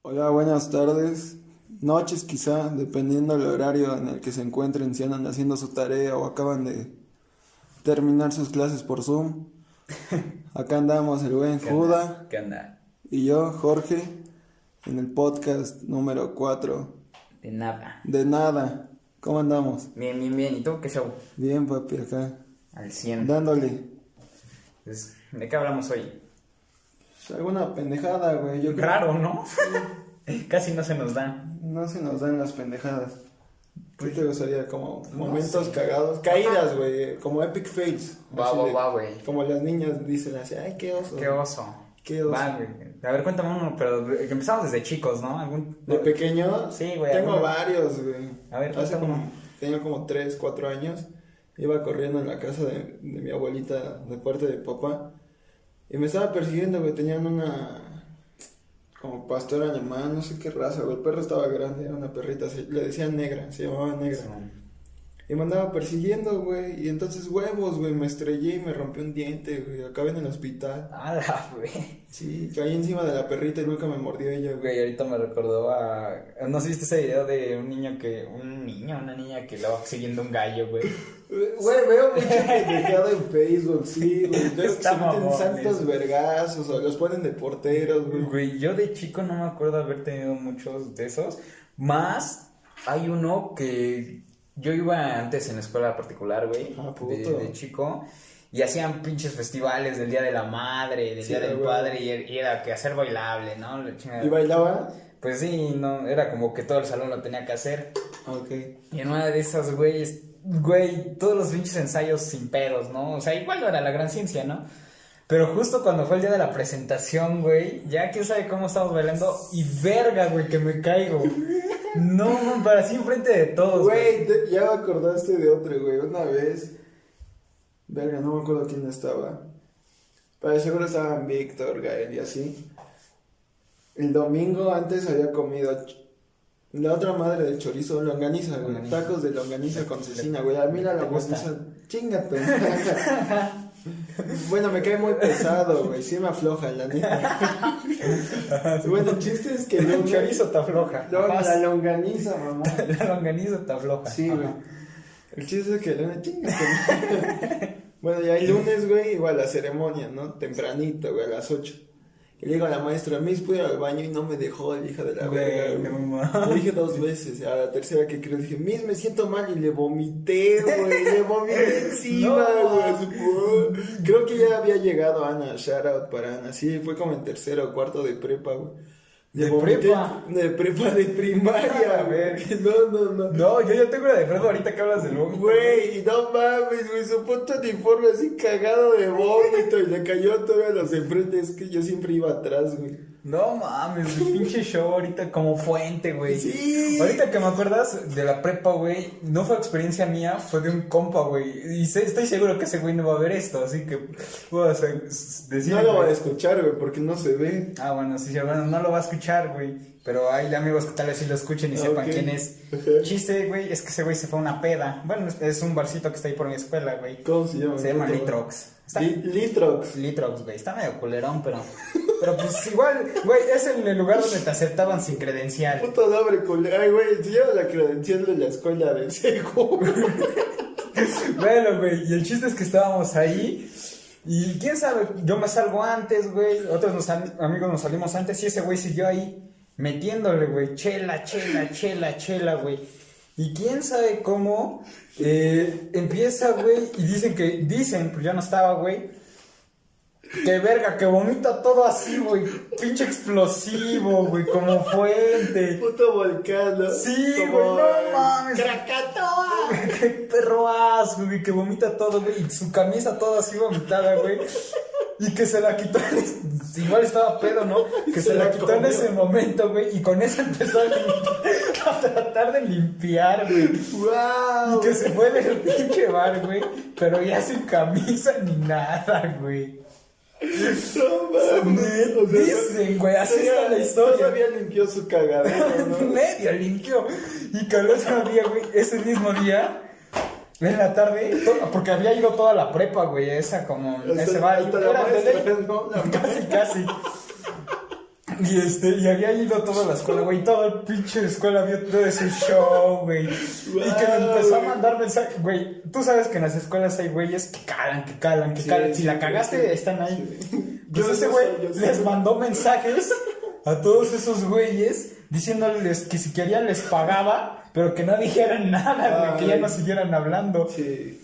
Hola, buenas tardes, noches quizá, dependiendo del horario en el que se encuentren, si andan haciendo su tarea o acaban de terminar sus clases por Zoom. Acá andamos el buen ¿Qué Juda onda? ¿Qué onda? y yo, Jorge, en el podcast número 4 De nada. de Nada. ¿Cómo andamos? Bien. ¿Y tú qué show? Bien, papi, acá, Al 100. dándole. Pues, ¿de qué hablamos hoy? Pues, alguna pendejada, güey, yo creo. Raro, ¿no? Casi no se nos da. No se nos dan las pendejadas. ¿Qué te gustaría? Como No momentos sé. cagados, caídas, güey, como epic fails. Así de- Va, güey. Como las niñas dicen así, ay, qué oso. Qué oso. Qué oso. Va, güey. A ver, cuéntame uno, pero empezamos desde chicos, ¿no? De pequeño, Sí, güey, tengo alguno. varios, güey. A ver, Hace cuéntame como, tenía como 3, 4 años, iba corriendo en la casa de mi abuelita, de parte de papá, y me estaba persiguiendo, güey, tenían una, como pastor alemán, no sé qué raza, güey, el perro estaba grande, era una perrita, le decían negra, se llamaba negra. Y me andaba persiguiendo, güey, y entonces huevos, güey, me estrellé y me rompí un diente, güey, acabé en el hospital. ¡Hala, güey! Sí, caí encima de la perrita y nunca me mordió ella, güey. Güey, ahorita me recordó a... ¿No viste ese video de un niño, una niña que lo va siguiendo un gallo, güey? Güey, veo mucho pendejado en Facebook, sí, güey. Veo que Está se meten mamón santos eso. vergazos o los ponen de porteros, güey. Güey, yo de chico no me acuerdo haber tenido muchos de esos. Más, hay uno que yo iba antes en escuela particular, güey, Ah, puto. de chico, y hacían pinches festivales del Día de la Madre, del Sí, Día del güey. Padre, y era que hacer bailable, ¿no? La chingada. ¿Y bailaba? Pues sí, no, era como que todo el salón lo tenía que hacer. Ok. Y en una de esas, güey, todos los pinches ensayos sin pedos, ¿no? O sea, igual no era la gran ciencia, ¿no? Pero justo cuando fue el día de la presentación, güey, ya quién sabe cómo estamos bailando y verga, güey, que me caigo. No, para así enfrente de todos, Güey, ya me acordaste de otro, güey. Una vez, verga, no me acuerdo quién estaba. Pero seguro estaban Víctor, Gael y así. El domingo antes había comido la otra madre de chorizo, longaniza, güey. Longaniza. Tacos de longaniza con cecina, güey. A mí la ¿Te gusta? longaniza, chingate. Bueno, me cae muy pesado, güey. Sí me afloja, la neta. Bueno, el chiste es que El chorizo está floja. La longaniza, mamá. La longaniza está floja. Sí, güey. Ajá. El chiste es que el lunes, chingate. Bueno, ya el lunes, güey, iba a la ceremonia, ¿no? Tempranito, güey, a las 8. Y le digo a la maestra, Miss, pude ir al baño y no me dejó, la hija de la verga, Güey, güey. no mames. Le dije 2 veces, a la tercera que creo, dije, Miss, me siento mal, y le vomité, güey, le vomité encima, No, güey. Así, creo que ya había llegado Ana, shout out para Ana, sí, fue como en tercero o cuarto de prepa, güey. Le ¿De vomité prepa? De prepa de primaria, A ver. güey. No. No, yo ya tengo una de Fredo ahorita que hablas del vómito. Güey, y no mames, güey, su puto uniforme así cagado de vómito y le cayó todavía a los de enfrente, es que yo siempre iba atrás, güey. No mames, el pinche show ahorita como fuente, güey. Sí. Ahorita que me acuerdas de la prepa, güey, no fue experiencia mía, fue de un compa, güey. Y estoy seguro que ese güey no va a ver esto, así que puedo decir. No lo güey. van a escuchar, güey, porque no se ve. Ah, bueno, sí, bueno, no lo va a escuchar, güey. Pero hay amigos que tal vez sí lo escuchen y sepan Ok. quién es. Ajá. Chiste, güey, es que ese güey se fue a una peda. Bueno, es un barcito que está ahí por mi escuela, güey. ¿Cómo se llama? Se llama Puto. Litrox. Está... Litrox. Litrox, güey. Está medio culerón, pero pues igual, güey, es en el lugar donde te aceptaban sin credencial. Puto nombre culero. Ay, güey, se llama la credencial de la escuela del Segu. Bueno, güey, y el chiste es que estábamos ahí. Y quién sabe, yo me salgo antes, güey. Otros amigos nos salimos antes. Y ese güey siguió ahí metiéndole, güey. Chela, güey. Y quién sabe cómo empieza, güey. Y dicen, pues ya no estaba, güey. Que verga, que vomita todo así, güey. Pinche explosivo, güey, como fuente. Puto volcán, ¿no? Sí, Como, güey, no mames. Krakatoa. Qué perro asco, güey, que vomita todo, güey. Y su camisa toda así vomitada, güey. Y que se la quitó igual estaba pedo, ¿no? Que se la quitó en comió. ese momento, güey. Y con eso empezó a tratar de limpiar, güey. Wow. Y que se fue del pinche bar, güey. Pero ya sin camisa ni nada, güey. No mames. O sea, Dicen, güey, así está la historia. Todavía limpió su cagadero, ¿no? Medio limpió. Y que el otro día, güey, ese mismo día, en la tarde, porque había ido toda la prepa, güey, esa como, ese bar. Hasta y la era de maestra, ley. ¿no? Casi. Y había ido a toda la escuela, güey. Toda la pinche escuela vio todo ese show, güey. Y que me empezó a mandar mensajes, güey. Tú sabes que en las escuelas hay güeyes que calan. Si la cagaste, están ahí. Pues ese güey les mandó mensajes a todos esos güeyes diciéndoles que si querían les pagaba, pero que no dijeran nada, güey, que ya no siguieran hablando. Sí.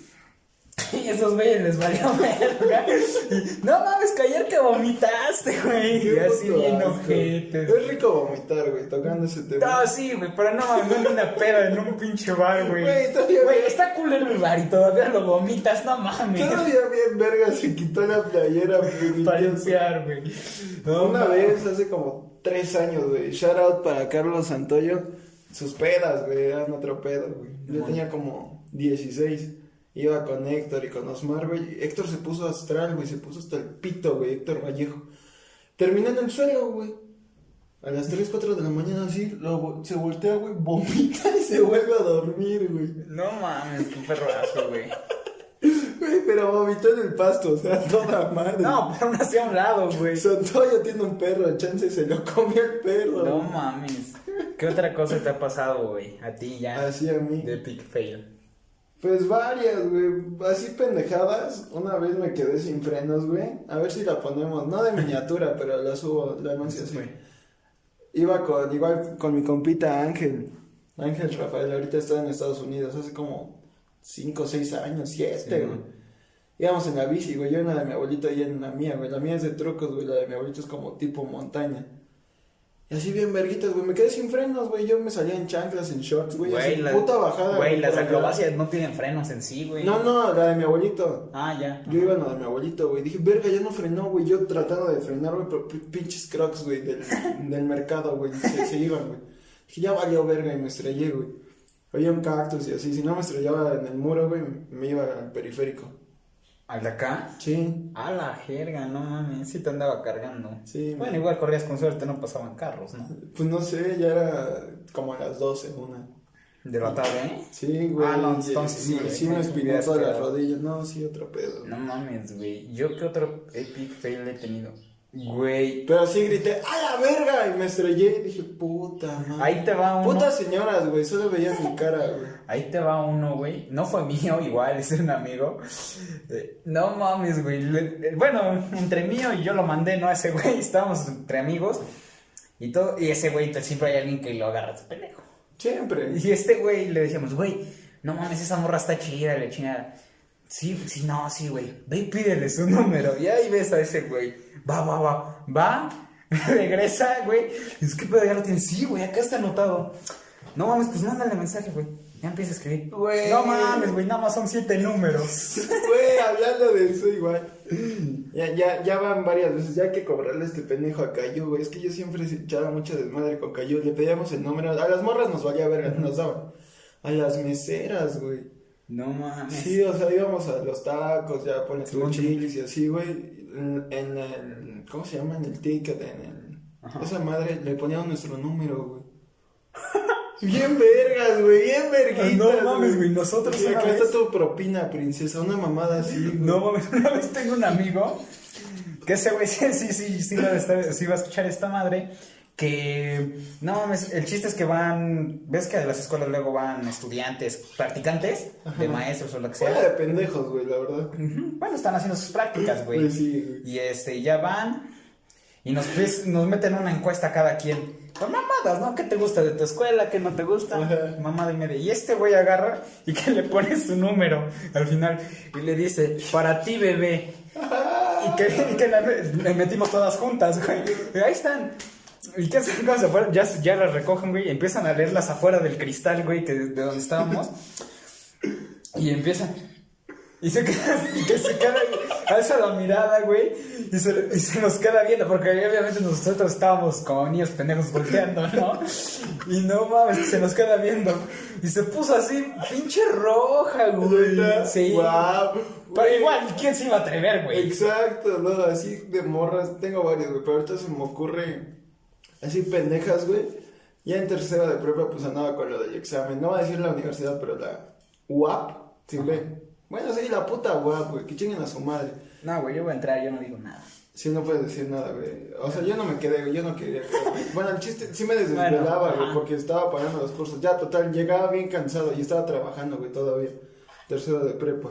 Y esos güeyes les valió verga. Y, no mames, que ayer que vomitaste, güey. Y así bien ojetes. Es rico vomitar, güey, tocando ese tema. No, sí, güey, pero no mames, en una peda en un pinche bar, güey. Güey, está culero el bar y todavía lo vomitas, no mames. Todavía bien verga se quitó la playera, güey. Para limpiar, güey. No, una vez, hace como 3 años, güey. Shout out para Carlos Santoyo. Sus pedas, güey, eran otro pedo, güey. Yo tenía como 16. Iba con Héctor y con Osmar, güey. Héctor se puso astral, güey. Se puso hasta el pito, güey. Héctor Vallejo. Terminó en el suelo, güey. A las 3, 4 de la mañana, así. Se voltea, güey. Vomita y se vuelve a dormir, güey. No mames, qué perrazo, güey. Güey, pero vomitó en el pasto, o sea, toda madre. No, pero aún así a un lado, güey. Santoyo tiene un perro, chance se lo comió el perro. No mames. ¿Qué otra cosa te ha pasado, güey? A ti ya. Así a mí. De Epic Fail. Pues varias, güey, así pendejadas. Una vez me quedé sin frenos, güey. A ver si la ponemos, no de miniatura, pero la subo, la anuncio así. Iba igual con mi compita Ángel Rafael, ahorita está en Estados Unidos, hace como 5, 6 años, 7, sí, güey. Íbamos en la bici, güey, yo en la de mi abuelito y en la mía, güey. La mía es de trucos, güey, la de mi abuelito es como tipo montaña. Y así bien verguitas, güey, me quedé sin frenos, güey, yo me salía en chanclas, en shorts, güey, así puta bajada. Güey, las acrobacias no tienen frenos en sí, güey. No, la de mi abuelito. Ah, ya. Yo iba en la de mi abuelito, güey, dije, verga, ya no frenó, güey, yo tratando de frenar, güey, pero pinches crocs, güey, del mercado, güey, se iban, güey. Dije, ya valió verga y me estrellé, güey. Había un cactus y así, si no me estrellaba en el muro, güey, me iba al periférico. ¿Al de acá? Sí. A la jerga, no mames, sí te andaba cargando. Sí. Bueno, igual corrías con suerte, no pasaban carros, ¿no? Pues no sé, ya era como a las 12, una. ¿De la tarde, eh? Sí, güey. Ah, no, entonces sí me espinó todas las rodillas, no, sí, otro pedo. No mames, güey, ¿yo qué otro epic fail he tenido? Güey. Pero sí grité, ¡a la verga! Y me estrellé y dije, puta madre. Ahí te va uno. Putas señoras, güey, solo veían mi cara, güey. Ahí te va uno, güey. No fue mío, igual, es un amigo. No mames, güey. Bueno, entre mío y yo lo mandé, ¿no? A ese güey, estábamos entre amigos. Y todo, y ese güey, siempre hay alguien que lo agarra de pendejo. Siempre. Y este güey le decíamos, güey, no mames, esa morra está chida, le chingada. Sí, güey. Ve y pídele su número. Y ahí ves a ese güey. Va, regresa, güey. Es que pedo, ya lo tienes. Sí, güey, acá está anotado. No mames, pues mándale mensaje, güey. Ya empieza a escribir. Güey. No mames, güey, nada más son 7 números. Güey, hablando de eso igual. Ya van varias veces, ya hay que cobrarle a este pendejo a Cayu, güey. Es que yo siempre echaba mucha desmadre con Cayu. Le pedíamos el número. A las morras nos valía verga, nos daban. A las meseras, güey. No mames. Sí, o sea, íbamos a los tacos, ya pones los chilis y así, güey. En el, ¿cómo se llama? En el ticket, esa madre, le poníamos nuestro número, güey. Bien vergas, güey, bien verguitas. No mames, güey, nosotros sí, acá está tu propina, princesa, una mamada así, güey. No mames, una vez tengo un amigo que ese güey sí va a escuchar esta madre. Que, no mames, el chiste es que ves que de las escuelas luego van estudiantes, practicantes, de maestros o lo que sea. De pendejos, güey, la verdad. Bueno, están haciendo sus prácticas, güey. Pues sí, güey. Y ya van y nos meten una encuesta a cada quien. Con mamadas, ¿no? ¿Qué te gusta de tu escuela? ¿Qué no te gusta? Ajá. Mamada y media. Y este güey agarra y que le pone su número al final y le dice, para ti, bebé. Y que le metimos todas juntas, güey. Y ahí están. ¿Y qué hacen cuando se fueron? Ya las recogen, güey, y empiezan a leerlas afuera del cristal, güey, de donde estábamos. Y empiezan. Y que se queda, alza la mirada, güey, y se nos queda viendo, porque obviamente nosotros estábamos como niños pendejos volteando, ¿no? Y no mames, se nos queda viendo. Y se puso así, pinche roja, güey. Sí. Wow. Pero igual, ¿quién se iba a atrever, güey? Exacto, no, así de morras, tengo varios, güey, pero ahorita se me ocurre así pendejas, güey. Ya en tercera de prepa, pues andaba con lo del examen, no voy a decir la universidad, pero la UAP, ¿sí ve? Bueno, sí, la puta UAP, güey, que chinguen a su madre. No, güey, yo voy a entrar, yo no digo nada. Sí, no puedes decir nada, güey. O sea, yo no me quedé, güey, yo no quería quedar, güey. Bueno, el chiste sí me desvelaba, Bueno, güey, porque estaba pagando los cursos. Ya, total, llegaba bien cansado y estaba trabajando, güey, todavía. Tercero de prepa.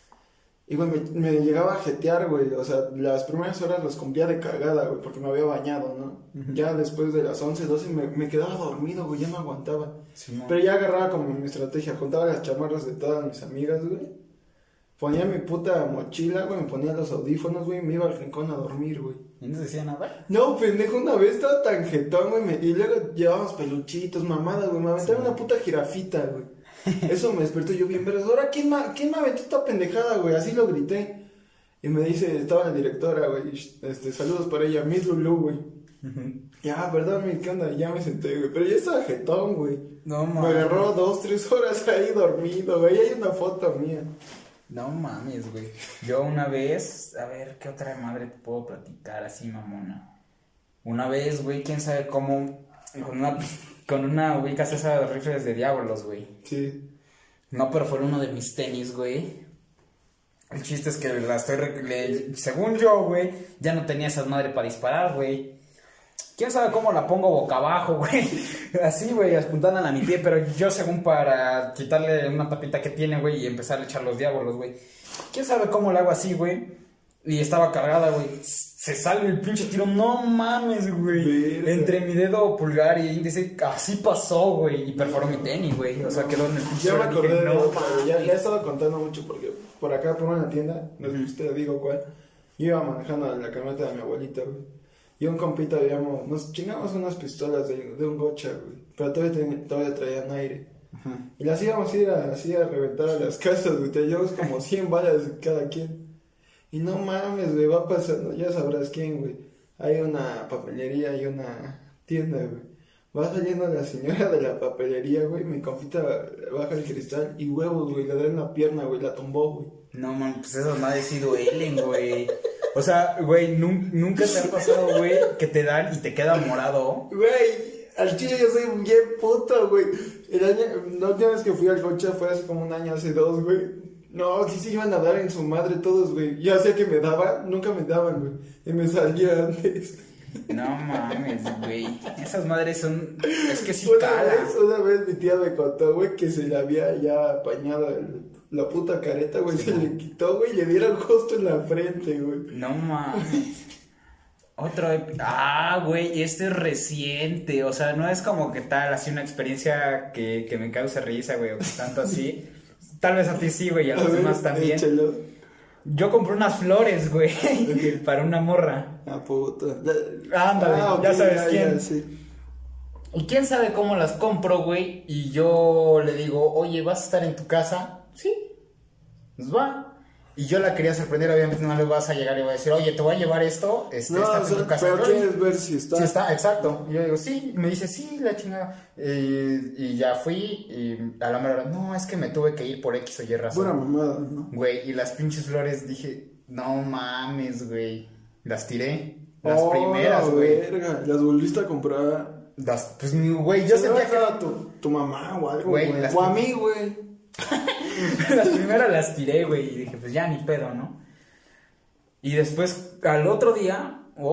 Y, güey, me llegaba a jetear, güey. O sea, las primeras horas las cumplía de cagada, güey, porque me había bañado, ¿no? Ya después de las 11, 12 me quedaba dormido, güey, ya no aguantaba. Sí, no. Pero ya agarraba como mi estrategia, juntaba las chamarras de todas mis amigas, güey. Ponía mi puta mochila, güey, me ponía los audífonos, güey, y me iba al rincón a dormir, güey. ¿Y no decía nada? No, pendejo, una vez estaba tan jetón, güey, y luego llevábamos peluchitos, mamadas, güey, me aventaron una puta jirafita, güey. Eso me despertó yo bien, pero ahora, ¿quién me aventó esta pendejada, güey? Así lo grité. Y me dice, estaba la directora, güey, saludos para ella, Miss Lulu, güey. Ya, perdón, ¿qué onda? Ya me senté, güey, pero yo estaba jetón, güey. No, Me mames. agarró 2-3 horas ahí dormido, güey, hay una foto mía. No mames, güey. Yo una vez, a ver, ¿qué otra madre te puedo platicar así, mamona? Una vez, güey, quién sabe cómo, con una ubicas esas rifles de diablos, güey. Sí. No, pero fue uno de mis tenis, güey. El chiste es que según yo, güey, ya no tenía esas madres para disparar, güey. ¿Quién sabe cómo la pongo boca abajo, güey? Así, güey, apuntándola a mi pie, pero yo según para quitarle una tapita que tiene, güey, y empezar a echar los diablos, güey. ¿Quién sabe cómo la hago así, güey? Y estaba cargada, güey. Se sale el pinche tiro, no mames, güey. Verga. Entre mi dedo pulgar y índice, así pasó, güey. Y perforó mi tenis, güey. O sea, quedó en el pinche. Ya me suelo y acordé dije, de no, otra, güey. Ya mames. he estado contando mucho porque por acá por una tienda, no sé si te digo cuál, yo iba manejando la camioneta de mi abuelita, güey. Y un compita, digamos, nos chingamos unas pistolas de un gocha, güey. Pero todavía traían aire. Y las íbamos a ir así a reventar a las casas, güey. Te llevamos como 100 balas cada quien. Y no mames, güey, va pasando, ya sabrás quién, güey. Hay una papelería y una tienda, güey. Va saliendo la señora de la papelería, güey. Mi compita baja el cristal y huevos, güey. Le da en la pierna, güey. La tumbó, güey. No, man, pues esas madres sí duelen, güey. O sea, güey, nunca te ha pasado, güey, que te dan y te queda morado. Güey, al chile yo soy bien puto, güey. La última vez que fui al Gocha fue hace como un año, hace 2, güey. No, sí se iban a dar en su madre todos, güey. Yo hacía que me daban, nunca me daban, güey. Y me salía antes. No mames, güey. Esas madres son. Es que sí Una vez mi tía me contó, güey, que se le había ya apañado la puta careta, güey. Sí, se le quitó, güey, y le dieron justo en la frente, güey. No mames. Güey, este es reciente. O sea, no es como que tal, así una experiencia que me cause risa, güey, o que tanto así. Tal vez a ti sí, güey, y a los demás también. Échalo. Yo compré unas flores, güey, para una morra. Ah, puta. Ándale, ok, ya sabes quién. Ya, sí. Y quién sabe cómo las compro, güey. Y yo le digo, oye, ¿vas a estar en tu casa? Sí. Pues va. Y yo la quería sorprender, obviamente no le vas a llegar y voy a decir, oye, te voy a llevar esto, No, estás en tu casa. pero quieres ver si está. Sí está, exacto. Y yo digo, sí. Y me dice, sí, la chingada. Y ya fui y a la mera hora, no, es que me tuve que ir por X o Y razón. Pura mamada, ¿no? Güey, y las pinches flores dije, no mames, güey. Las tiré. Las primeras, güey. Verga, las volviste a comprar. Pues, güey, yo sentía que a tu mamá o algo, Güey, güey. las O a mí, güey. las primeras las tiré, güey. Y dije, pues ya ni pedo, ¿no? Y después, al otro día, o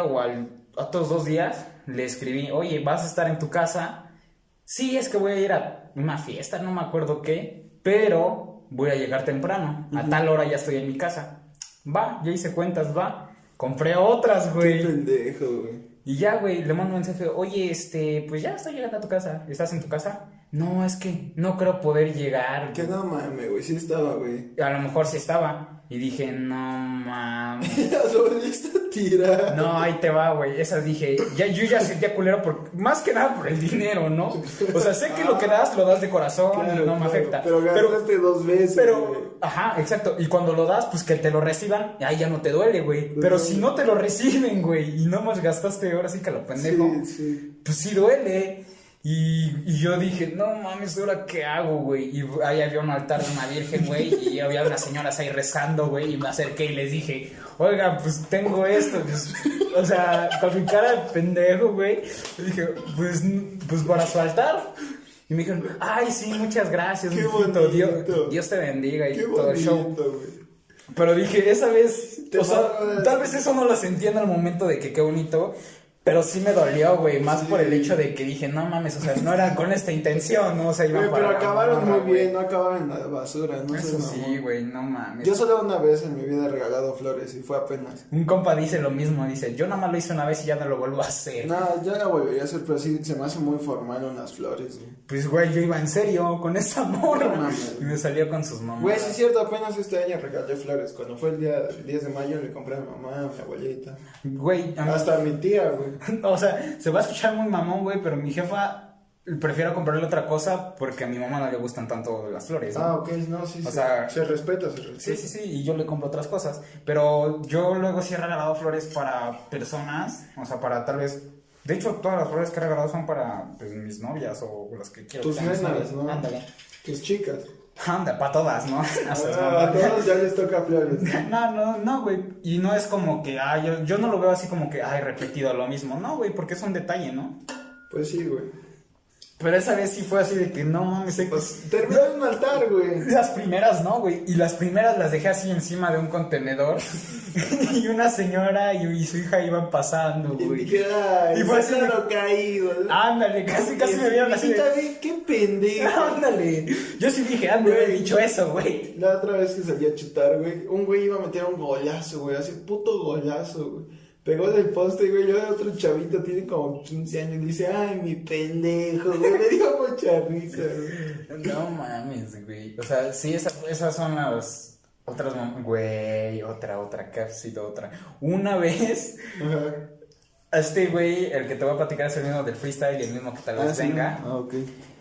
otros 2 días, le escribí, oye, ¿vas a estar en tu casa? Sí, es que voy a ir a una fiesta, no me acuerdo qué, pero voy a llegar temprano. A tal hora ya estoy en mi casa. Va, ya hice cuentas, va. Compré otras, Qué güey. pendejo, güey. Y ya, güey, le mando un mensaje, oye, pues ya estoy llegando a tu casa. ¿Estás en tu casa? No, es que no creo poder llegar. Que no mames, güey. Sí estaba, güey. A lo mejor sí estaba. Y dije, no mames. Las volviste a tirar. No, ahí te va, güey. Esas dije, yo ya sentía culero más que nada por el dinero, ¿no? O sea, sé que lo que das, lo das de corazón Claro, y no me afecta. Pero gastaste 2 veces, güey. Pero, ajá, exacto. Y cuando lo das, pues que te lo reciban, ahí ya no te duele, güey. Pero si no te lo reciben, güey, y no más gastaste ahora sí que lo pendejo, Sí. pues sí duele. Y yo dije, no mames, ¿ahora qué hago, güey? Y ahí había un altar de una virgen, güey, y había unas señoras ahí rezando, güey, y me acerqué y les dije, oiga, pues tengo esto, pues, o sea, con mi cara de pendejo, güey, dije, pues para su altar. Y me dijeron, ay, sí, muchas gracias, Qué mijito, bonito. Dios te bendiga y Qué todo el show. bonito, güey. Pero dije, esa vez, Te o sea, mamas. tal vez eso no lo sentí en el momento de que qué bonito, pero sí me dolió, güey, más Sí. por el hecho de que dije, no mames, o sea, no era con esta intención, ¿no? O sea, iban Güey, pero para la acabaron morra, muy güey. bien, no acabaron en la basura, no sé. Eso sí, güey, no mames. Yo solo una vez en mi vida he regalado flores y fue apenas. Un compa dice lo mismo, dice, yo nada más lo hice una vez y ya no lo vuelvo a hacer. No, ya la volvería a hacer, pero sí se me hace muy formal unas flores, güey. Pues, güey, yo iba en serio con esa morra. No mames. Y me salió con sus mamás. Güey, sí es cierto, apenas este año regalé flores. Cuando fue el 10 de mayo le compré a mi mamá, a mi abuelita. Güey, a mí- Hasta a mi tía, güey. o sea, se va a escuchar muy mamón, güey, pero mi jefa prefiero comprarle otra cosa porque a mi mamá no le gustan tanto las flores, ¿no? Ah, ok, no, sí, O sí. sea, Se respeta, se respeta. Sí, sí, sí, y yo le compro otras cosas. Pero yo luego sí he regalado flores para personas, o sea, para tal vez. De hecho, todas las flores que he regalado son para pues, mis novias o las que quiero. Tus que sean mis nenas, novias. ¿no? Ándale. Tus chicas. Anda, para todas, ¿no? O sea, es Ah, a mamá. todos ya les toca flores. No, güey. Y no es como que, yo no lo veo así como que, repetido lo mismo. No, güey, porque es un detalle, ¿no? Pues sí, güey. Pero esa vez sí fue así de que no mames, Pues terminó en un altar, güey. Las primeras no, güey. Y las primeras las dejé así encima de un contenedor. Y una señora y su hija iban pasando, Y güey. dije, ay, Y fue así de- claro caído. Ándale, casi me vieron así de... Hijita, ve, qué pendejo. Ándale. Yo sí dije, he dicho eso, güey. La otra vez que salí a chutar, güey, un güey iba a meter un golazo, güey, así puto golazo, güey. Pegó del poste, güey, yo otro chavito tiene como 15 años y dice, ay, mi pendejo, güey, me dio mucha risa, güey. No mames, güey. O sea, sí, esas son las otras, güey, otra, que ha sido otra. Una vez, Ajá. a este güey, el que te voy a platicar es el mismo del freestyle y el mismo que tal vez sí. venga. Ah, ok.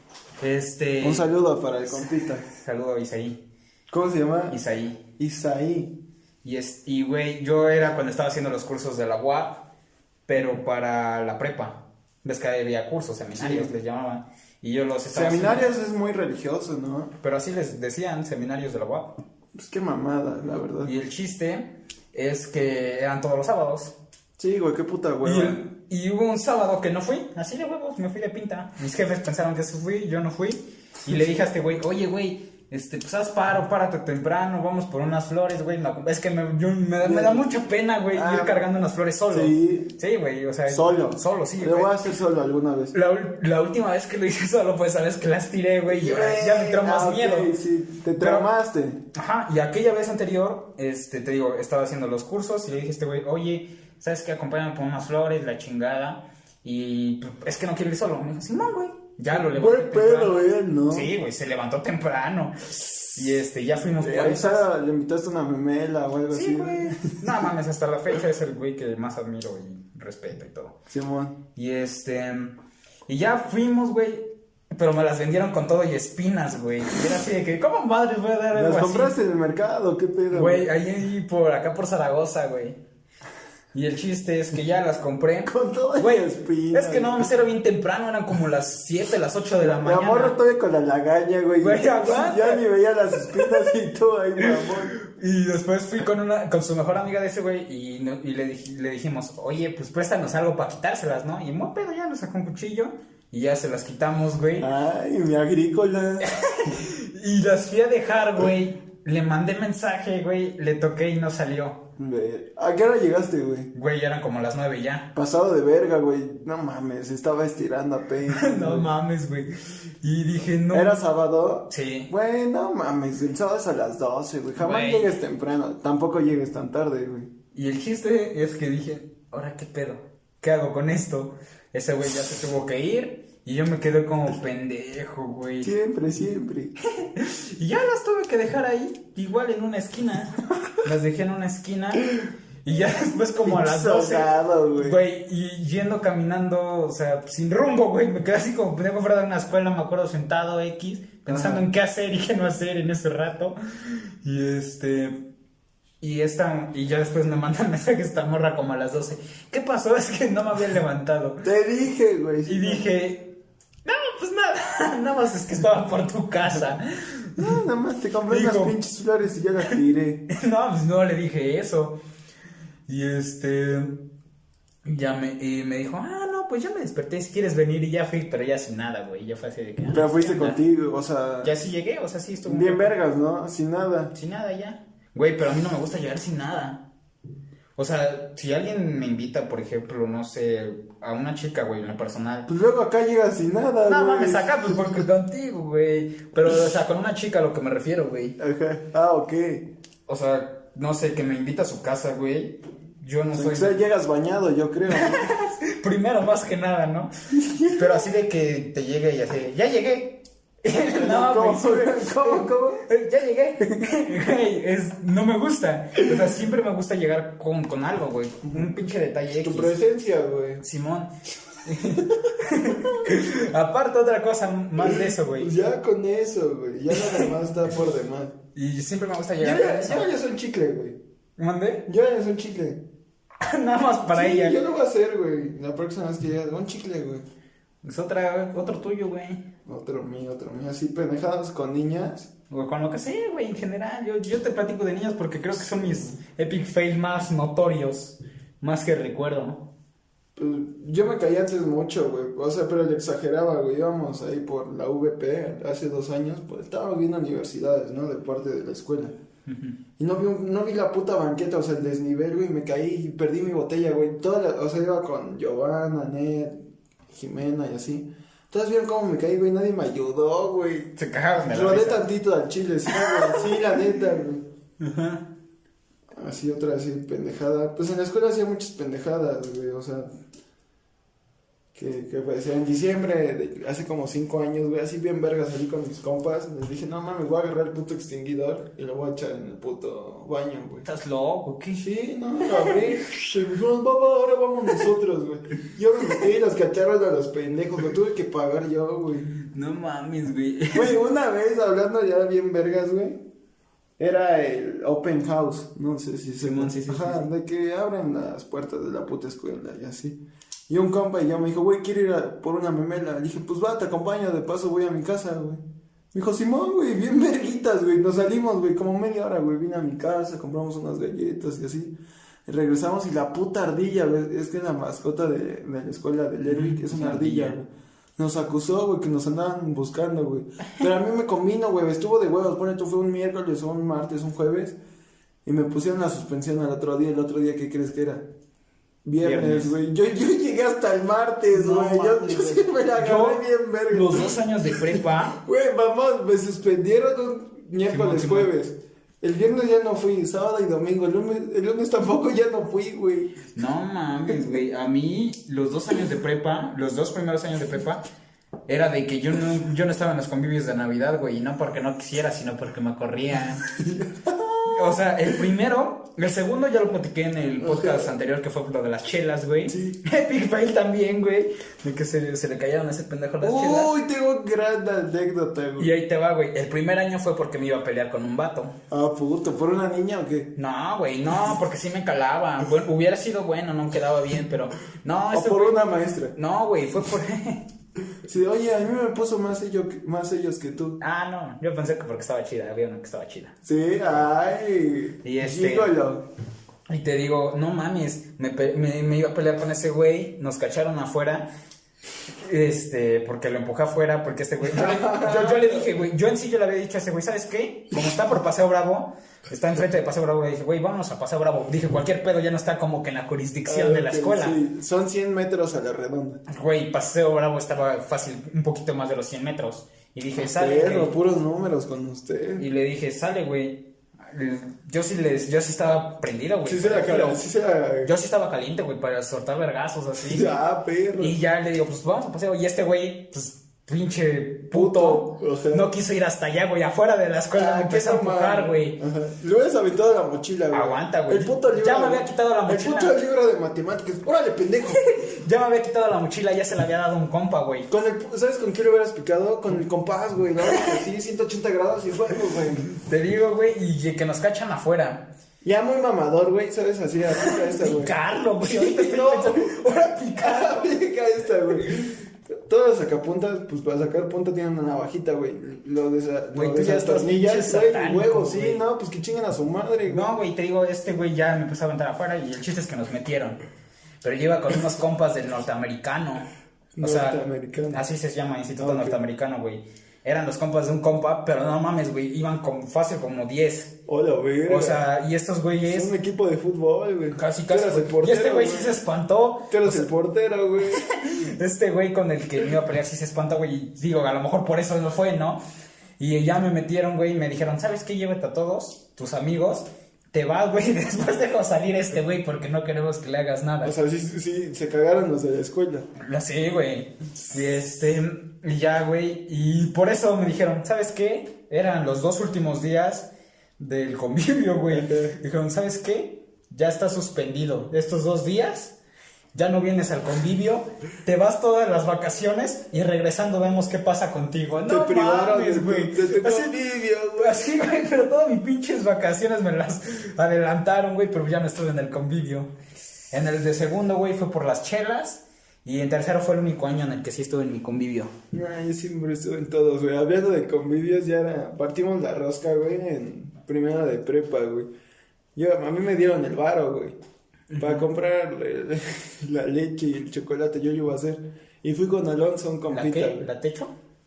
Un saludo para el compita. saludo a Isaí. ¿Cómo se llama? Isaí. Isaí. Y güey, yo era cuando estaba haciendo los cursos de la UAP, pero para la prepa. Ves que había cursos, seminarios, Sí. les llamaban. Y yo los estaba Seminarios haciendo. es muy religioso, ¿no? Pero así les decían, seminarios de la UAP. Pues qué mamada, la verdad. Y el chiste es que eran todos los sábados. Sí, güey, qué puta hueva. Y hubo un sábado que no fui, así de huevos, me fui de pinta. Mis jefes pensaron que sí fui, yo no fui. Y le dije a este güey, oye, güey, pues haz párate temprano, vamos por unas flores, güey. Es que me da mucha pena, güey, ir cargando unas flores solo. Sí. Sí, güey, o sea. Solo. Solo, sí. Lo voy a hacer solo alguna vez. La última vez que lo hice solo, pues, sabes que las tiré, güey, y ahora ya me entró más ok, miedo. Sí, te Pero- traumaste. Ajá, y aquella vez anterior, te digo, estaba haciendo los cursos y le dije a este güey, oye, ¿sabes qué? Acompáñame por unas flores, la chingada. Y pues, es que no quiero ir solo. Me dijo, Simón, güey. Ya lo levanté. Buen pedo, temprano. ¿no? Sí, güey, se levantó temprano. Y ya fuimos por A esas. Sara le invitaste una memela o algo Sí, así. güey. No mames, hasta la fecha es el güey que más admiro y respeto y todo. Simón. Y ya fuimos, güey. Pero me las vendieron con todo y espinas, güey. Y era así de que, ¿cómo madres voy a dar algo ¿Las así? compraste en el mercado? ¿Qué pedo? Güey, ahí por acá por Zaragoza, güey. Y el chiste es que ya las compré. Con todo y Güey, espinas. es que no, era bien temprano, eran como las 7, las 8 de la Mi mañana. amor todavía con la lagaña, güey. Güey, aguanta. Ya ni veía las espinas y tú ahí, mi amor. Y después fui con su mejor amiga de ese güey y le dijimos, oye, pues préstanos algo para quitárselas, ¿no? Y muy pedo ya nos sacó un cuchillo y ya se las quitamos, güey. Ay, mi agrícola. Y las fui a dejar, güey. Le mandé mensaje, güey, le toqué y no salió. ¿A qué hora llegaste, güey? Güey, ya eran como las 9 ya. Pasado de verga, güey. No mames, estaba estirando apenas. No mames, güey. Y dije, no. ¿Era sábado? Sí. Güey, no mames, el sábado es a las 12, güey. Jamás Güey. llegues temprano. Tampoco llegues tan tarde, güey. Y el chiste es que dije, ¿ahora qué pedo? ¿Qué hago con esto? Ese güey ya se tuvo que ir y yo me quedé como pendejo, güey. Siempre, siempre. Y ya las tuve que dejar ahí, igual en una esquina. Las dejé en una esquina y ya después como a las 12. Sogado, güey. Güey, y yendo caminando, o sea, sin rumbo, güey. Me quedé así como pendejo fuera de una escuela, me acuerdo, sentado X, pensando Ajá. en qué hacer y qué no hacer en ese rato. Y ya después me manda mensaje esta morra como a las 12. ¿Qué pasó? Es que no me había levantado. Te dije, güey. Y dije, no, pues nada, nada más es que estaba por tu casa. No, nada más te compré Digo- unas pinches flores y ya las tiré. No, pues no le dije eso. Y me dijo, no, pues ya me desperté, si quieres venir. Y ya fui, pero ya sin nada, güey. Ya fue así de que. Pero fuiste ¿qué onda? contigo, o sea. Ya sí llegué, o sea, sí estuvo. Bien vergas, ¿no? Sin nada. Sin nada ya. Güey, pero a mí no me gusta llegar sin nada. O sea, si alguien me invita, por ejemplo, no sé, a una chica, güey, en lo personal. Pues luego acá llegas sin nada, No güey. mames, acá pues porque contigo, güey. Pero, o sea, con una chica a lo que me refiero, güey. Ajá. Ah, ok. O sea, no sé, que me invita a su casa, güey. Yo no soy... O sea, llegas bañado, yo creo. Primero, más que nada, ¿no? Pero así de que te llegue y así, ¡ya llegué! No, ¿Cómo? güey, ¿Cómo? ya llegué. Güey, no me gusta. O sea, siempre me gusta llegar con algo, güey. Un pinche detalle X. Tu presencia, güey. Simón. Aparte otra cosa más de eso, güey. Pues ya con eso, güey. Ya lo demás está por demás. Y siempre me gusta Yo llegar con eso. ya soy un chicle, güey. ¿Mande? Yo ya soy un chicle. Nada más para Sí, ella. yo lo voy a hacer, güey. La próxima vez que llegue, un chicle, güey. Es otro tuyo, güey. Otro mío. Así pendejadas con niñas. O con lo que sea, güey, en general. Yo te platico de niñas porque creo que son mis epic fails más notorios. Más que recuerdo. Pues yo me caí antes mucho, güey. O sea, pero le exageraba, güey. Íbamos ahí por la VP hace 2 años. Pues estábamos viendo universidades, ¿no? De parte de la escuela. Y no vi la puta banqueta, o sea, el desnivel, güey. Me caí y perdí mi botella, güey. O sea, iba con Giovanna, Ned, Jimena y así. Todas vieron cómo me caí, güey. Nadie me ayudó, güey. Se cagaron de la Rodé risa. tantito al chile, sí, güey. Sí, la neta, güey. Ajá. Así otra así pendejada. Pues en la escuela hacía muchas pendejadas, güey. O sea, que pues en diciembre, hace como 5 años, güey, así bien verga, salí con mis compas. Les dije, no mames, voy a agarrar el puto extinguidor y lo voy a echar en el puto baño, güey. ¿Estás loco? ¿Qué? Sí, no, lo abrí. Y me dijeron, papá, ahora vamos nosotros, güey. Yo me metí los cacharros a los pendejos, lo tuve que pagar yo, güey. No mames, güey. Güey, una vez hablando ya bien vergas, güey. Era el open house, no sé si se Simón, sí, sí, Ajá, sí. de que abren las puertas de la puta escuela y así. Y un compa y yo me dijo, güey, quiero ir por una memela. Le dije, pues va, te acompaño, de paso voy a mi casa, güey. Me dijo, Simón, güey, bien verguitas, güey. Nos salimos, güey, como media hora, güey. Vine a mi casa, compramos unas galletas y así. Y regresamos y la puta ardilla, güey. Es que la mascota de la escuela de Lerwick es una ardilla, güey. Nos acusó, güey, que nos andaban buscando, güey. Pero a mí me convino, güey. Estuvo de huevos. Pone, tú fue un miércoles, un martes, un jueves. Y me pusieron la suspensión al otro día. El otro día, ¿qué crees que era? Viernes, güey. Yo llegué hasta el martes, No, güey. Yo sí me la agarré bien verga. Los 2 años de prepa. Güey, vamos, me suspendieron un miércoles, Simón. jueves. El viernes ya no fui, sábado y domingo. El lunes tampoco ya no fui, güey. No mames, güey. A mí, los 2 años de prepa, los 2 primeros años de prepa, era de que yo no estaba en los convivios de Navidad, güey. Y no porque no quisiera, sino porque me corrían. O sea, el segundo ya lo platiqué en el podcast anterior, que fue lo de las chelas, güey. Sí. Epic fail también, güey. De que se le cayeron a ese pendejo las chelas. Uy, tengo gran anécdota, güey. Y ahí te va, güey. El primer año fue porque me iba a pelear con un vato. Ah, puto, ¿por una niña o qué? No, güey, no, porque sí me calaba. Bueno, hubiera sido bueno, no quedaba bien, pero... No, O este por güey- una maestra. No, güey, fue por... Sí, oye, a mí me puso más ellos que tú. Ah, no, yo pensé que porque estaba chida, había una que estaba chida. Sí, ay. Y Gigolo. Y te digo, no mames, me iba a pelear con ese güey, nos cacharon afuera, porque lo empujé afuera, porque este güey, yo le dije, güey, yo en sí yo le había dicho a ese güey, ¿sabes qué? Como está por Paseo Bravo, está enfrente de Paseo Bravo, le dije, güey, vámonos a Paseo Bravo. Dije, cualquier pedo ya no está como que en la jurisdicción de la Ok, escuela. Sí, son 100 metros a la redonda. Güey, Paseo Bravo estaba fácil, un poquito más de los 100 metros. Y dije, sale, Perro, güey. puros números con usted. Y le dije, sale, güey. Yo sí estaba prendido, güey. Sí se la cara, sí se la... Yo sí estaba caliente, güey, para soltar vergazos así. Ya, perro. Y ya le digo, pues vamos a paseo. Y este güey, pues pinche puto, O sea, no quiso ir hasta allá, güey, afuera de la escuela. Me empezó a empujar, güey. Ajá. Le hubieras aventado la mochila, güey. Aguanta, güey. El puto libro. Ya me había quitado la mochila. El puto libro de matemáticas. Órale, pendejo. Ya me había quitado la mochila, ya se la había dado un compa, güey. ¿Sabes con qué lo hubieras picado? Con el compás, güey. ¿No? Así, 180 grados y fuego, güey. Te digo, güey, y que nos cachan afuera. Ya muy mamador, güey. ¿Sabes? Así, aplica esta, güey. Picarlo, güey. Ahorita estoy No. pensando, ahora picar. Aplica esta, güey. Todas las sacapuntas, pues para sacar punta tienen una navajita, güey. Lo Güey, de tú ya esas estás tornillas, pinche güey, satánico, huevos, sí, güey. no, pues que chinguen a su madre, güey. No, güey, te digo, este güey ya me empezó a aventar afuera y el chiste es que nos metieron. Pero yo iba con unos compas del norteamericano. O sea, Norteamericano. así se llama, Instituto Ok. Norteamericano, güey. eran los compas de un compa, pero no mames, güey, iban como fácil como 10. Hola, verga. O sea, y estos güeyes... Es un equipo de fútbol, güey. Casi, Tú eras el güey. Y portero, este güey sí se espantó. Tú eres el portero, güey. Este güey con el que me iba a pelear sí se espanta, güey. Y digo, a lo mejor por eso no fue, ¿no? Y ya me metieron, güey, y me dijeron, ¿sabes qué? Llévate a todos tus amigos. Te vas, güey, después dejo salir este güey porque no queremos que le hagas nada. O sea, sí, se cagaron los de la escuela. Sí, güey. Y ya, güey. Y por eso me dijeron, ¿sabes qué? Eran los 2 últimos días del convivio, güey. Dijeron, ¿sabes qué? Ya está suspendido. Estos 2 días, ya no vienes al convivio. Te vas todas las vacaciones y regresando vemos qué pasa contigo. No mames, güey. De tu convivio, güey. Así, güey, pero todas mis pinches vacaciones me las adelantaron, güey, pero ya no estuve en el convivio. En el de segundo, güey, fue por las chelas. Y en tercero fue el único año en el que sí estuve en mi convivio. Nah, yo siempre estuve en todos, güey. Hablando de convivios, partimos la rosca, güey, en primera de prepa, güey. A mí me dieron el varo, güey, para comprar la leche y el chocolate, yo lo iba a hacer. Y fui con Alonso, un compita. ¿La qué? Güey. ¿La techo?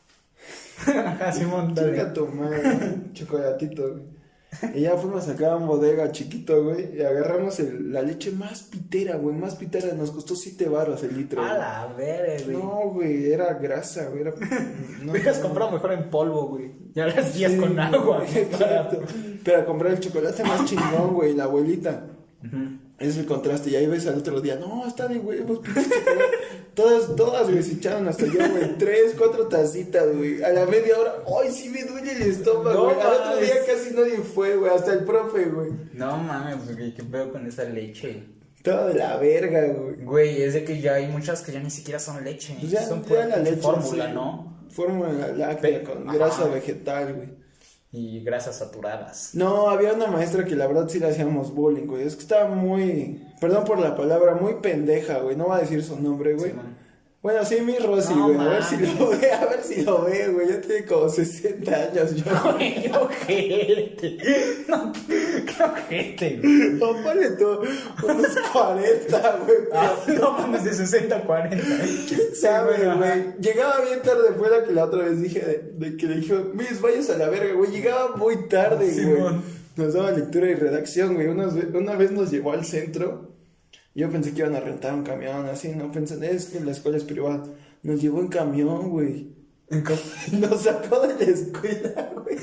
Ajá, Simón, dale. Chica tu madre, chocolatito, güey. Y ya fuimos acá a un bodega chiquito, güey, y agarramos la leche más pitera, güey, más pitera. Nos costó 7 varos el litro. A la verga, güey. No, güey, era grasa, güey. No, hubieras comprado mejor en polvo, güey. Ya las guías sí, con agua. Exacto. Pero comprar el chocolate más chingón, güey, la abuelita. Es el contraste. Y ahí ves al otro día, no, está de huevos, todas, güey, se echaron hasta yo, güey, 3, 4 tacitas, güey. A la media hora, ay, sí me duele el estómago, güey. Al otro día casi nadie fue, güey, hasta el profe, güey. No mames, güey, qué pedo con esa leche. Todo de la verga, güey. Güey, es de que ya hay muchas que ya ni siquiera son leche. Pues ya, son ya la leche, fórmula, sí. ¿no? Fórmula láctea con grasa vegetal, güey. Y grasas saturadas. No, había una maestra que la verdad sí le hacíamos bullying, güey. Es que estaba muy, perdón por la palabra, muy pendeja, güey. No va a decir su nombre, güey. Sí, bueno, sí, mi Rosy, güey. A ver si lo ve, güey. Ya tiene como 60 años, yo. Güey, ojete. No, qué ojete, güey. No, ponle tú unos 40, güey. No mames, de 60 a 40. ¿Quién sabe, güey? Llegaba bien tarde, fue la que la otra vez dije, de que le dijo, Miss, vayas a la verga, güey. Llegaba muy tarde, güey. Nos daba lectura y redacción, güey. Una vez nos llevó al centro. Yo pensé que iban a rentar un camión, así, no pensé, es que la escuela es privada. Nos llevó en camión, güey. Nos sacó de la escuela, güey.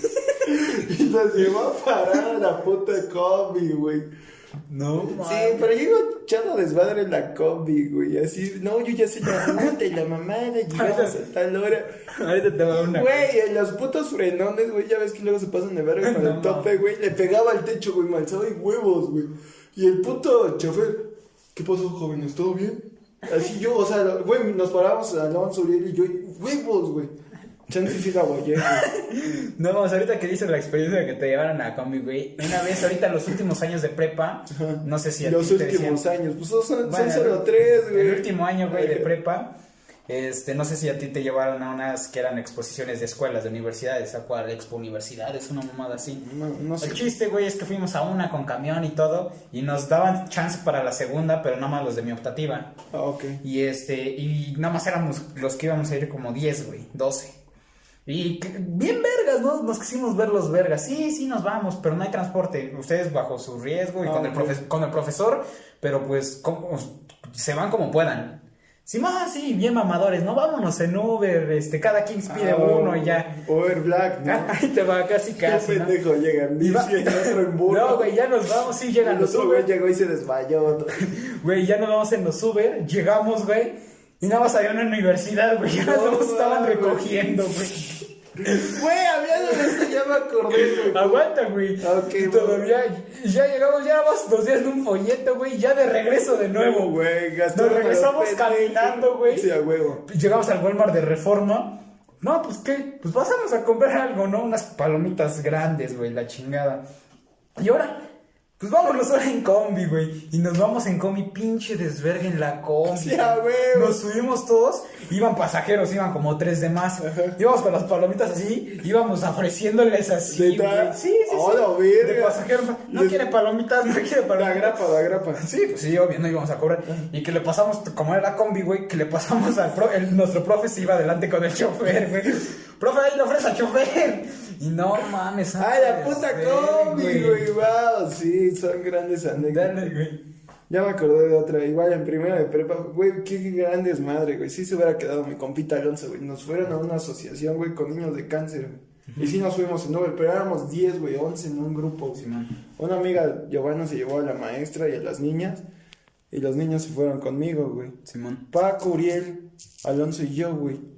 Y nos llevó a parar a la puta combi, güey. No, man. Sí, pero yo iba echando desmadre en la combi, güey. Así, no, yo ya soy la puta y la mamada, llegamos a tal hora. Ahorita te va a dar una. Güey, en los putos frenones, güey, ya ves que luego se pasan de verga con el tope, güey. Le pegaba al techo, güey, malzaba y huevos, güey. Y el puto chofer, ¿qué pasó, jóvenes? ¿Todo bien? Así yo, o sea, güey, nos parábamos a Alonso, Uriel y yo, huevos, güey. Chance sí la güey. No, vamos, ahorita que dices la experiencia de que te llevaron a combi, güey. Una vez, ahorita en los últimos años de prepa, no sé si a los ti te últimos decían, años, pues son solo 3, güey. El último año, güey, de prepa, no sé si a ti te llevaron a unas que eran exposiciones de escuelas, de universidades, a cual expo universidades, una mamada así. No sé. El chiste, güey, es que fuimos a una con camión y todo, y nos daban chance para la segunda, pero nada más los de mi optativa. Ah, ok. Y nada más éramos los que íbamos a ir como 10, güey, 12. Y bien vergas, ¿no? Nos quisimos ver los vergas. Sí, nos vamos, pero no hay transporte. Ustedes bajo su riesgo y con el profesor, pero pues se van como puedan. Sí, bien mamadores, no, vámonos en Uber, cada quien pide uno y ya. Uber Black, ¿no? Ahí te va, casi. Qué pendejo, ¿no? Llegan bici y otro en burro. No, güey, ya nos vamos, sí, llegan los Uber. Llegó y se desmayó. Güey, ya nos vamos en los Uber, llegamos, güey, y nada más había una universidad, güey, ya nos estaban recogiendo, güey. Güey, hablando de esto ya me acordé, güey. Aguanta, güey. Okay, todavía, ya llegamos, ya vamos 2 días de un folleto, güey, ya de regreso de nuevo. Güey, nos regresamos caminando, güey. Sí, a huevo. Llegamos al Walmart de Reforma. No, pues qué, pues pasamos a comprar algo, ¿no? Unas palomitas grandes, güey, la chingada. Y ahora, pues vámonos ahora en combi, güey. Y nos vamos en combi, pinche desvergue en la combi. Sí, güey. Nos subimos todos, iban pasajeros, iban como 3 de más. Ajá. Íbamos con las palomitas así, íbamos ofreciéndoles así, güey. Sí. Hola, verga. De pasajero, no quiere palomitas, no quiere palomitas. La grapa. Sí, pues sí, obvio, no íbamos a cobrar. Y que le pasamos, como era la combi, güey, que le pasamos al nuestro profe se iba adelante con el chofer, güey. Profe, ahí le ofrece al chofer. Y no mames. ¡Ay, la puta combi, güey! ¡Wow! Sí, son grandes anécdotas. Dale, güey. Ya me acordé de otra. Igual en primera de prepa, güey, qué gran desmadre, güey. Sí se hubiera quedado mi compita Alonso, güey. Nos fueron a una asociación, güey, con niños de cáncer, güey. Y sí nos fuimos en Uber, pero éramos 10, güey, 11 en un grupo, güey. Sí, man. Una amiga, Giovanna, se llevó a la maestra y a las niñas. Y los niños se fueron conmigo, güey. Simón. Paco, Uriel, Alonso y yo, güey.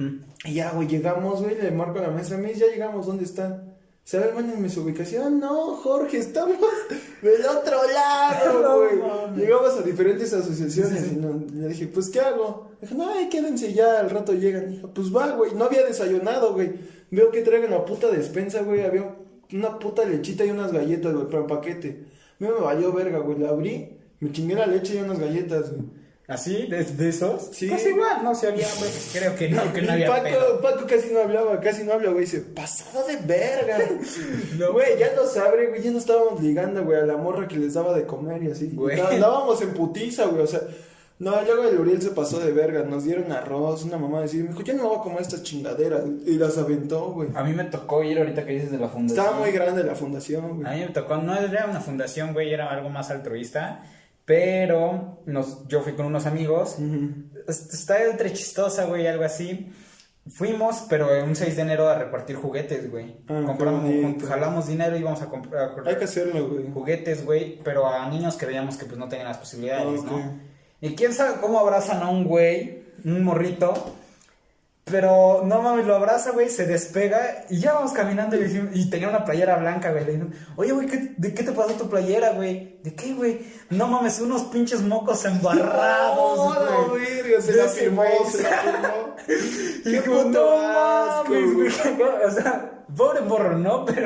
Y ya, güey, llegamos, güey, le marco a la maestra, me dice, ya llegamos, ¿dónde están? ¿Saben, mándenme su ubicación? No, Jorge, estamos del otro lado, güey. No, Llegamos a diferentes asociaciones Sí. y le dije, pues, ¿qué hago? Dijo, no, quédense ya, al rato llegan. Dijo, pues va, güey, no había desayunado, güey. Veo que traigan la puta despensa, güey, había una puta lechita y unas galletas, güey, pero en paquete. A mí me valió verga, güey, la abrí, me chingué la leche y unas galletas, güey. ¿Así? ¿De esos? Sí. Pues igual, no, si había, güey, pues creo que no, que no Y había pedo. Paco casi no habla, güey, dice, pasado de verga. No. Güey, ya nos abre, güey, ya nos estábamos ligando, güey, a la morra que les daba de comer y así. Güey. Andábamos en putiza, güey, o sea, no, luego el Uriel se pasó de verga, nos dieron arroz, una mamá decía, me dijo, yo no me voy a comer estas chingaderas, y las aventó, güey. A mí me tocó ir ahorita que dices de la fundación. Estaba muy grande la fundación, A güey. mí me tocó, no era una fundación, güey, era algo más altruista. Pero yo fui con unos amigos. Está entre chistosa, güey, algo así. Fuimos, pero un 6 de enero a repartir juguetes, güey. Qué bonito. Jalamos dinero y íbamos a comprar Hay que hacerlo, güey. juguetes, güey, pero a niños que veíamos que pues no tenían las posibilidades, Ok. ¿no? Y quién sabe cómo abrazan a un güey, un morrito. Pero no mames, lo abraza, güey, se despega y ya vamos caminando y tenía una playera blanca, güey. Le digo, oye, güey, ¿de qué te pasó tu playera, güey? ¿De qué, güey? No mames, unos pinches mocos embarrados, No, güey. verga, se De la ese firmó, güey. se la firmó. Y Qué digo, puto no asco, mames, güey. güey. O sea, pobre morro, ¿no? Pero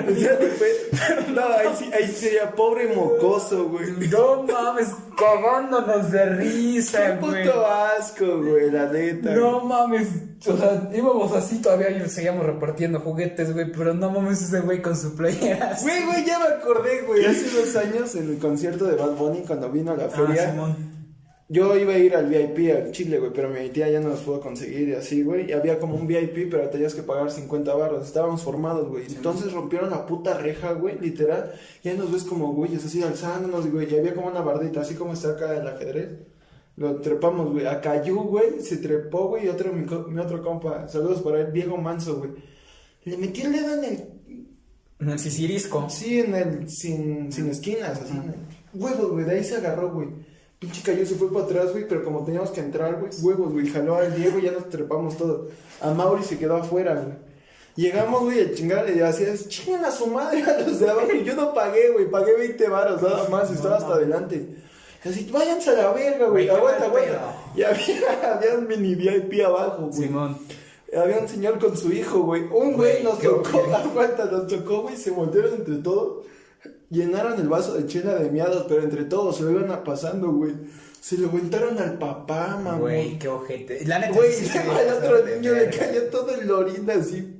No, ahí sería pobre mocoso, güey. no mames, cagándonos de risa, Qué güey. puto asco, güey, la neta. No mames, o sea, íbamos así todavía y seguíamos repartiendo juguetes, güey, pero no mames ese güey con su playera. Güey, ya me acordé, güey. Hace 2 años en el concierto de Bad Bunny, cuando vino a la feria, Simón. yo iba a ir al VIP, al Chile, güey, pero mi tía ya no los pudo conseguir y así, güey. Y había como un VIP, pero tenías que pagar 50 barros. Estábamos formados, güey. Entonces rompieron la puta reja, güey, literal. Y ahí nos ves como güeyes así alzándonos, güey. Y había como una bardita, así como está acá el ajedrez. Lo trepamos, güey. A Cayu, güey, se trepó, güey. Y mi otro compa, saludos para él, Diego Manso, güey. Le metí el dedo en el. En el sisirisco. Sí, en el. Sin esquinas, así. Huevos, güey. De ahí se agarró, güey. Pinche Cayu se fue para atrás, güey. Pero como teníamos que entrar, güey. Huevos, güey. Jaló al Diego y ya nos trepamos todo. A Mauri se quedó afuera, güey. Llegamos, güey, a chingar. Y así es, chingan a su madre a los de abajo. Yo no pagué, güey. Pagué 20 varos, nada más. Estaba hasta adelante. Así, váyanse a la verga, güey. Güey, Aguanta, qué mal aguanta. Y había un mini VIP abajo, güey. Simón. Había un señor con su hijo, güey. Un güey nos qué tocó, horrible. aguanta, nos tocó, güey. Se voltearon entre todos. Llenaron el vaso de chela de miados, pero entre todos se lo iban pasando, güey. Se lo aventaron al papá, mamá. Güey, qué ojete. La neta, Güey, sí se al veía otro de niño le verga. cayó todo el orín así.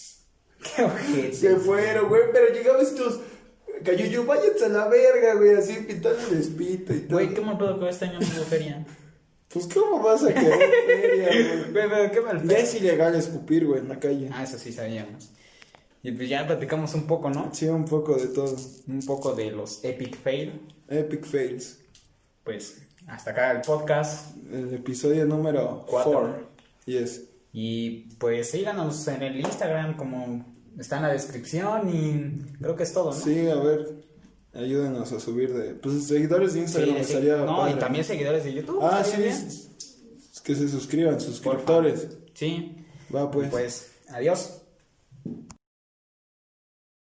Qué ojete. Se fueron, güey. Pero llegaban estos. Cayó yo, váyanse a la verga, güey. Así pintando el espito y todo. Güey, qué mal pedo que este año no hubo feria. Pues, ¿cómo vas a querer feria, güey? Güey, pero qué mal Ya pedo. es ilegal escupir, güey, en la calle. Ah, eso sí sabíamos. Y pues ya platicamos un poco, ¿no? Sí, un poco de todo. Un poco de los epic fail. Epic fails. Pues hasta acá el podcast. El episodio número 4. 4. Yes. Y pues síganos en el Instagram como está en la descripción y creo que es todo, ¿no? Sí, a ver, ayúdenos a subir de... Pues seguidores de Instagram Sí, estaría no, padre. y también seguidores de YouTube. Ah, estaría sí, bien. que se suscriban, suscriptores. Sí. Va, pues. Pues adiós.